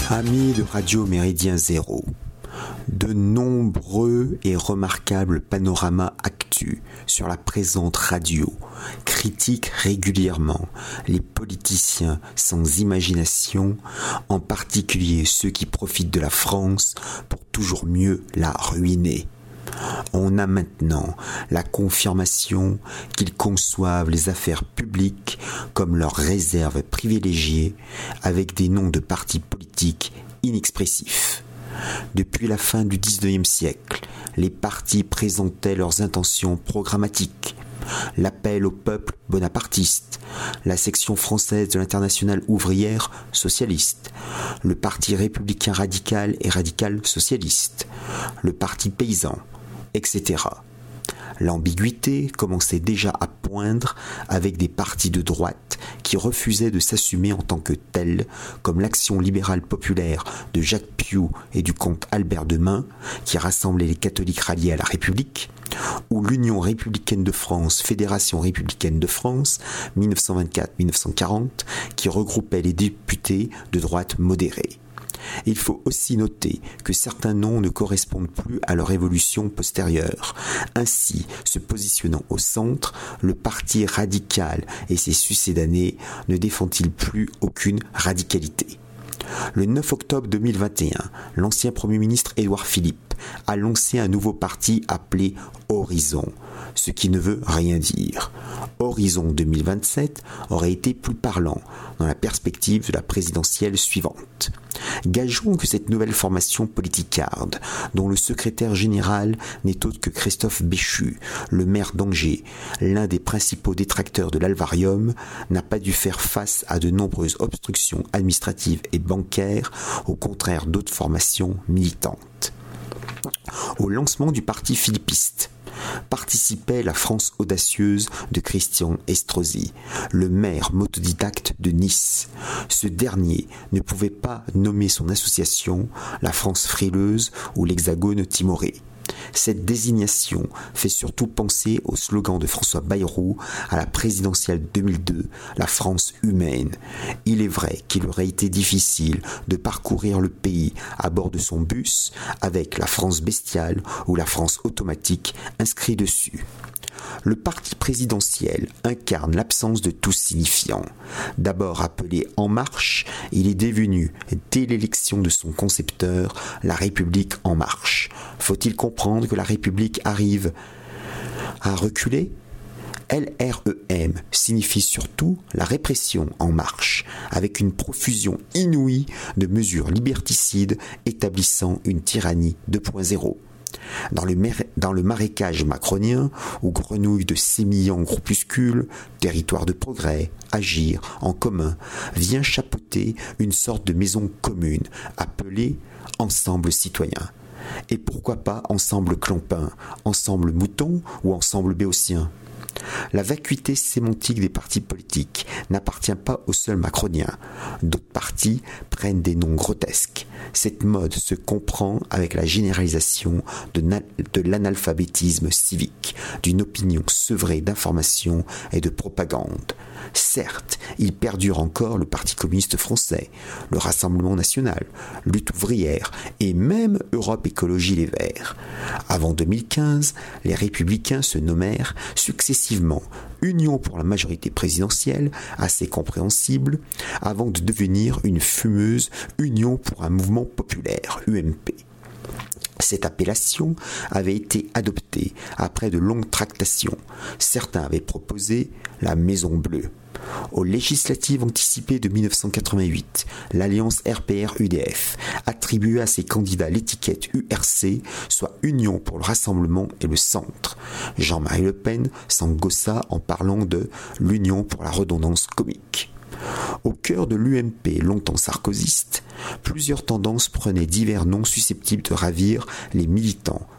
Amis de Radio Méridien Zéro, de nombreux et remarquables panoramas actus sur la présente radio critiquent régulièrement les politiciens sans imagination, en particulier ceux qui profitent de la France pour toujours mieux la ruiner. On a maintenant la confirmation qu'ils conçoivent les affaires publiques comme leur réserve privilégiée, avec des noms de partis politiques inexpressifs. Depuis la fin du XIXe siècle, les partis présentaient leurs intentions programmatiques. L'appel au peuple bonapartiste, la section française de l'Internationale ouvrière socialiste, le parti républicain radical et radical socialiste, le parti paysan, etc. L'ambiguïté commençait déjà à poindre avec des partis de droite qui refusaient de s'assumer en tant que tels, comme l'Action libérale populaire de Jacques Piou et du comte Albert Demain, qui rassemblait les catholiques ralliés à la République, ou l'Union républicaine de France, Fédération républicaine de France, 1924-1940, qui regroupait les députés de droite modérée. Il faut aussi noter que certains noms ne correspondent plus à leur évolution postérieure. Ainsi, se positionnant au centre, le parti radical et ses succédanés ne défendent-ils plus aucune radicalité. Le 9 octobre 2021, l'ancien Premier ministre Édouard Philippe a lancé un nouveau parti appelé Horizon, ce qui ne veut rien dire. Horizon 2027 aurait été plus parlant dans la perspective de la présidentielle suivante. Gageons que cette nouvelle formation politicarde, dont le secrétaire général n'est autre que Christophe Béchu, le maire d'Angers, l'un des principaux détracteurs de l'Alvarium, n'a pas dû faire face à de nombreuses obstructions administratives et bancaires, au contraire d'autres formations militantes. Au lancement du parti philippiste participait la France audacieuse de Christian Estrosi, le maire autodidacte de Nice. Ce dernier ne pouvait pas nommer son association la France frileuse ou l'Hexagone timoré. Cette désignation fait surtout penser au slogan de François Bayrou à la présidentielle 2002, la France humaine. Il est vrai qu'il aurait été difficile de parcourir le pays à bord de son bus avec la France bestiale ou la France automatique inscrit dessus. Le parti présidentiel incarne l'absence de tout signifiant. D'abord appelé En Marche, il est devenu, dès l'élection de son concepteur, La République En Marche. Faut-il comprendre que la République arrive à reculer ? LREM signifie surtout la répression en marche, avec une profusion inouïe de mesures liberticides établissant une tyrannie 2.0. Dans le marécage macronien, où grenouillent de sémillants groupuscules, Territoire de progrès, Agir, En commun, vient chapeauter une sorte de maison commune, appelée Ensemble citoyen. Et pourquoi pas Ensemble clampin, Ensemble mouton ou Ensemble béotien ? La vacuité sémantique des partis politiques n'appartient pas aux seuls macroniens. D'autres partis prennent des noms grotesques. Cette mode se comprend avec la généralisation de l'analphabétisme civique, d'une opinion sevrée d'information et de propagande. Certes, il perdure encore le Parti communiste français, le Rassemblement national, Lutte ouvrière et même Europe Écologie Les Verts. Avant 2015, les Républicains se nommèrent successivement Union pour la majorité présidentielle, assez compréhensible, avant de devenir une fumeuse Union pour un mouvement populaire, UMP. Cette appellation avait été adoptée après de longues tractations. Certains avaient proposé la Maison Bleue. Aux législatives anticipées de 1988, l'alliance RPR-UDF attribuait à ses candidats l'étiquette URC, soit Union pour le Rassemblement et le Centre. Jean-Marie Le Pen s'engossa en parlant de l'Union pour la redondance comique. Au cœur de l'UMP, longtemps sarkozyste, plusieurs tendances prenaient divers noms susceptibles de ravir les militants,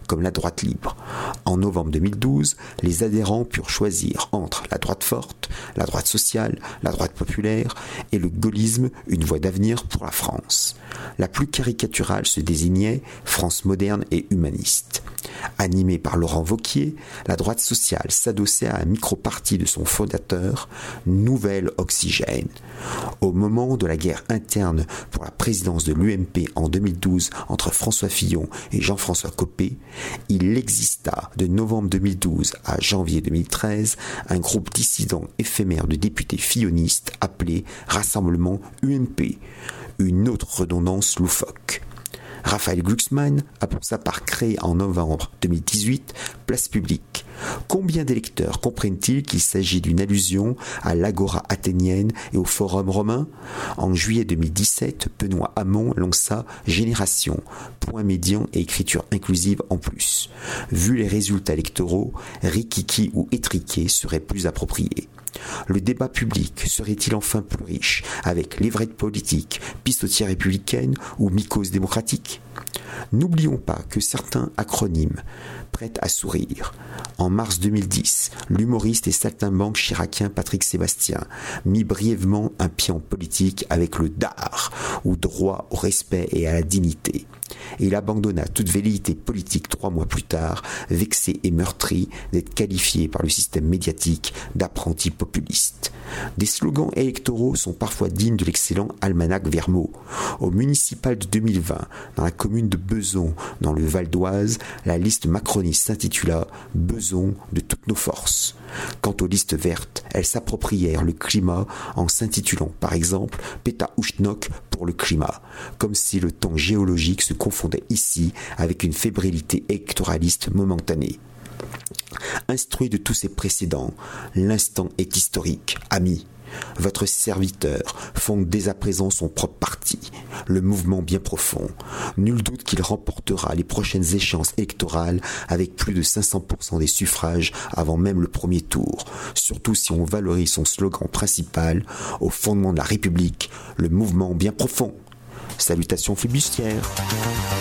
comme la droite libre. En novembre 2012, les adhérents purent choisir entre la droite forte, la droite sociale, la droite populaire et le gaullisme, une voie d'avenir pour la France. La plus caricaturale se désignait France moderne et humaniste. Animée par Laurent Wauquiez, la droite sociale s'adossait à un micro-parti de son fondateur, Nouvelle Oxygène. Au moment de la guerre interne pour la présidence de l'UMP en 2012 entre François Fillon et Jean-François Copé, il exista de novembre 2012 à janvier 2013 un groupe dissident éphémère de députés fillonistes appelé Rassemblement UMP, une autre redondance loufoque. Raphaël Glucksmann a pour sa part créé en novembre 2018 Place Publique. Combien d'électeurs comprennent-ils qu'il s'agit d'une allusion à l'agora athénienne et au forum romain ? En juillet 2017, Benoît Hamon lança Génération, point médian et écriture inclusive en plus. Vu les résultats électoraux, rikiki ou étriqué serait plus approprié. Le débat public serait-il enfin plus riche avec levrette politique, pistotière républicaine ou mycose démocratique ? N'oublions pas que certains acronymes prêtent à sourire. En mars 2010, l'humoriste et saltimbanque chiracien Patrick Sébastien mit brièvement un pied en politique avec le DAR, ou droit au respect et à la dignité. Et il abandonna toute velléité politique 3 mois plus tard, vexé et meurtri d'être qualifié par le système médiatique d'apprenti populiste. Des slogans électoraux sont parfois dignes de l'excellent almanach Vermeaux. Au municipal de 2020, dans la commune de Bezons, dans le Val d'Oise, la liste macroniste s'intitula « Bezons de toutes nos forces ». Quant aux listes vertes, elles s'approprièrent le climat en s'intitulant par exemple « Péta Ouchnok pour le climat », comme si le temps géologique se confondait ici avec une fébrilité électoraliste momentanée. Instruit de tous ces précédents, l'instant est historique, amis. Votre serviteur fonde dès à présent son propre parti, le mouvement bien profond. Nul doute qu'il remportera les prochaines échéances électorales avec plus de 500% des suffrages avant même le premier tour, surtout si on valorise son slogan principal, au fondement de la République, le mouvement bien profond. Salutations flibustières.